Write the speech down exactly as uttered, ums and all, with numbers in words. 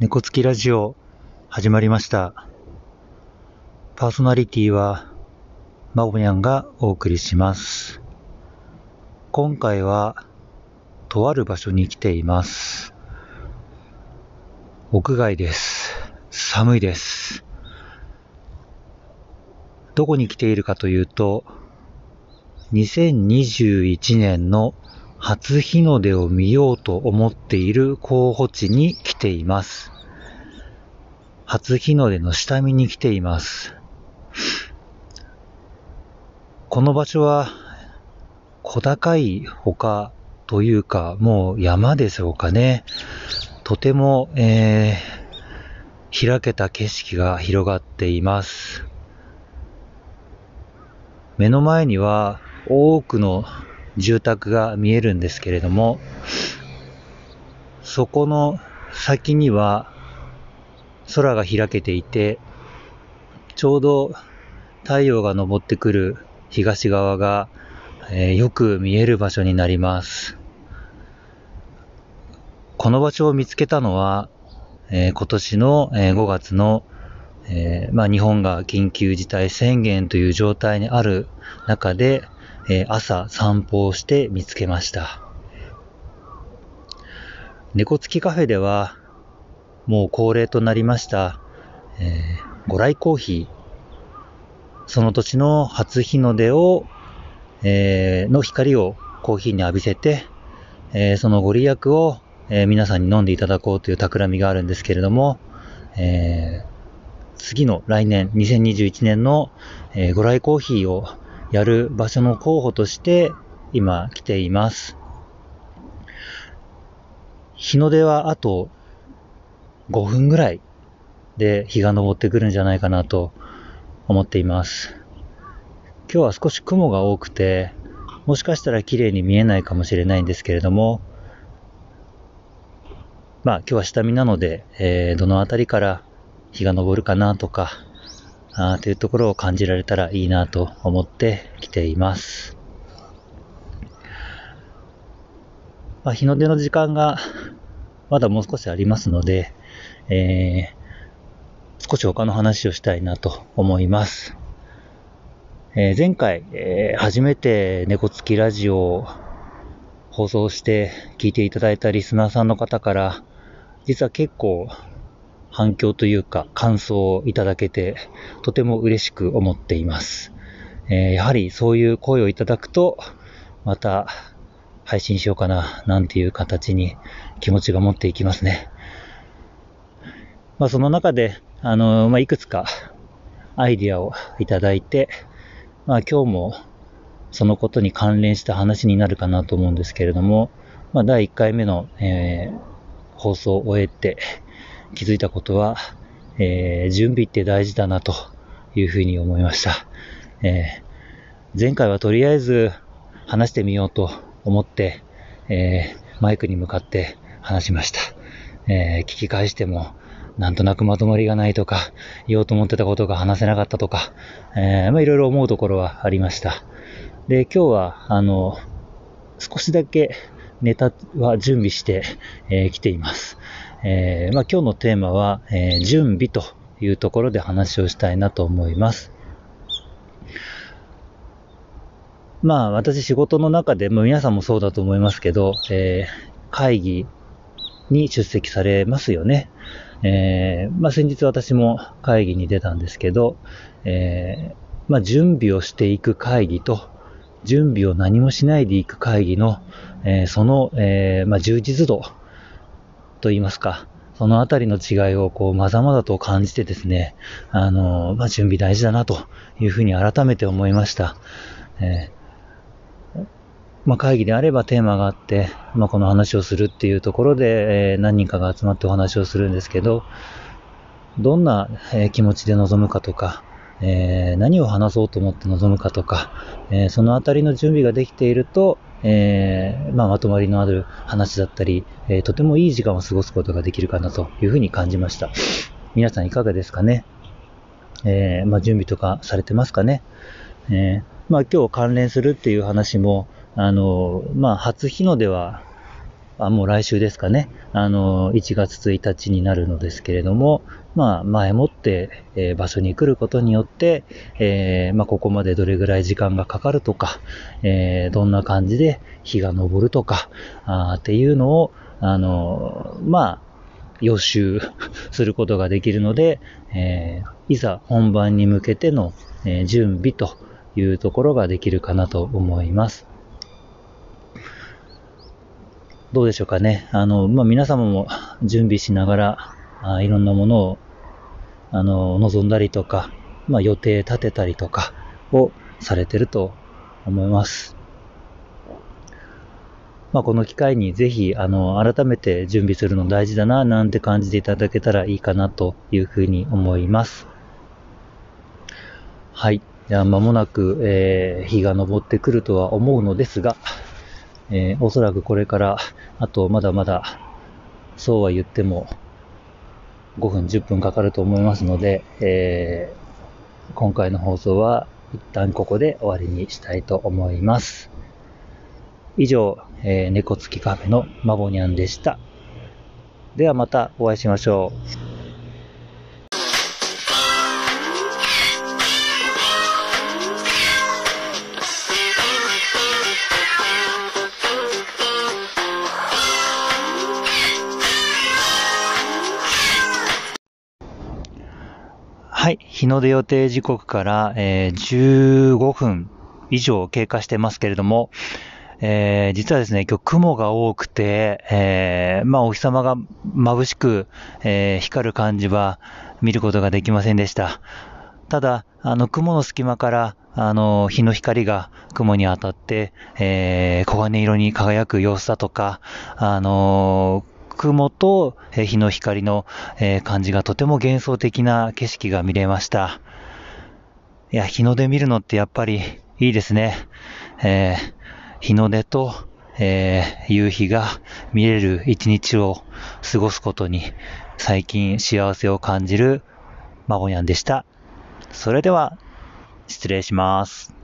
猫つきラジオ始まりました。パーソナリティはまおにゃんがお送りします。今回はとある場所に来ています。屋外です。寒いです。どこに来ているかというと、にせんにじゅういちねんの初日の出を見ようと思っている候補地に来ています。初日の出の下見に来ています。この場所は小高い丘というか、もう山でしょうかね。とても、えー、開けた景色が広がっています。目の前には多くの住宅が見えるんですけれども、そこの先には空が開けていて、ちょうど太陽が昇ってくる東側が、えー、よく見える場所になります。この場所を見つけたのは、えー、今年の、えー、ごがつの、えーまあ、日本が緊急事態宣言という状態にある中で、えー、朝散歩をして見つけました。猫つきカフェではもう恒例となりました、えー、ご来コーヒー、その年の初日の出を、えー、の光をコーヒーに浴びせて、えー、そのご利益を、えー、皆さんに飲んでいただこうという企みがあるんですけれども、えー、次の来年にせんにじゅういちねんの、えー、ご来コーヒーをやる場所の候補として今来ています。日の出はあとごふんぐらいで日が昇ってくるんじゃないかなと思っています。今日は少し雲が多くて、もしかしたら綺麗に見えないかもしれないんですけれども、まあ今日は下見なので、えー、どのあたりから日が昇るかなとかあというところを感じられたらいいなと思って来ています。まあ、日の出の時間がまだもう少しありますので、えー、少し他の話をしたいなと思います。えー、前回、えー、初めて猫つきラジオを放送して聞いていただいたリスナーさんの方から、実は結構反響というか感想をいただけて、とても嬉しく思っています。えー、やはりそういう声をいただくと、また配信しようかななんていう形に気持ちが持っていきますね。まあその中で、あのまあいくつかアイディアをいただいて、まあ今日もそのことに関連した話になるかなと思うんですけれども、まあだいいっかいめの、えー、放送を終えて気づいたことは、えー、準備って大事だなというふうに思いました。えー、前回はとりあえず話してみようと思って、えー、マイクに向かって話しました。えー、聞き返してもなんとなくまとまりがないとか、言おうと思ってたことが話せなかったとか、えー、まあいろいろ思うところはありました。で、今日はあの少しだけネタは準備してき、えー、ています。えーまあ、今日のテーマは、えー、準備というところで話をしたいなと思います。まあ私仕事の中で、まあ、皆さんもそうだと思いますけど、えー、会議に出席されますよね。えーまあ、先日私も会議に出たんですけど、えーまあ、準備をしていく会議と準備を何もしないでいく会議の、えー、その、えーまあ、充実度と言いますか、そのあたりの違いをこうまざまざと感じてですね、あのまあ、準備大事だなというふうに改めて思いました。えーまあ、会議であればテーマがあって、まあ、この話をするっていうところで、えー、何人かが集まってお話をするんですけど、どんな、えー、気持ちで臨むかとか、えー、何を話そうと思って臨むかとか、えー、そのあたりの準備ができていると、えーまあ、まとまりのある話だったり、えー、とてもいい時間を過ごすことができるかなというふうに感じました。皆さんいかがですかね。えーまあ、準備とかされてますかね。えーまあ、今日関連するっていう話も、あのまあ、初日の出はあ、もう来週ですかね。あの、いちがつついたちになるのですけれども、まあ、前もって、えー場所に来ることによって、えーまあ、ここまでどれぐらい時間がかかるとか、えーどんな感じで日が昇るとか、あーっていうのを、あの、まあ、予習することができるので、えーいざ本番に向けての、えー準備というところができるかなと思います。どうでしょうかね。あの、まあ、皆様も準備しながら、あいろんなものを、あの、望んだりとか、まあ、予定立てたりとかをされてると思います。まあ、この機会にぜひ、あの、改めて準備するの大事だな、なんて感じていただけたらいいかなというふうに思います。はい。では、間もなく、えー日が昇ってくるとは思うのですが、えーおそらくこれから、あとまだまだ、そうは言っても、ごふん、じゅっぷんかかると思いますので、えー今回の放送は一旦ここで終わりにしたいと思います。以上、えー猫付きカフェのマボニャンでした。ではまたお会いしましょう。はい。日の出予定時刻から、えーじゅうごふん以上経過してますけれども、えー実はですね、今日雲が多くて、えーまあお日様が眩しく、えー光る感じは見ることができませんでした。ただ、あの雲の隙間から、あの日の光が雲に当たって、えー黄金色に輝く様子だとか、あのー雲とえー日の光のえー感じがとても幻想的な景色が見れました。いや、日の出見るのってやっぱりいいですね。えー日の出と、えー夕日が見れる一日を過ごすことに最近幸せを感じるマボニャンでした。それでは失礼します。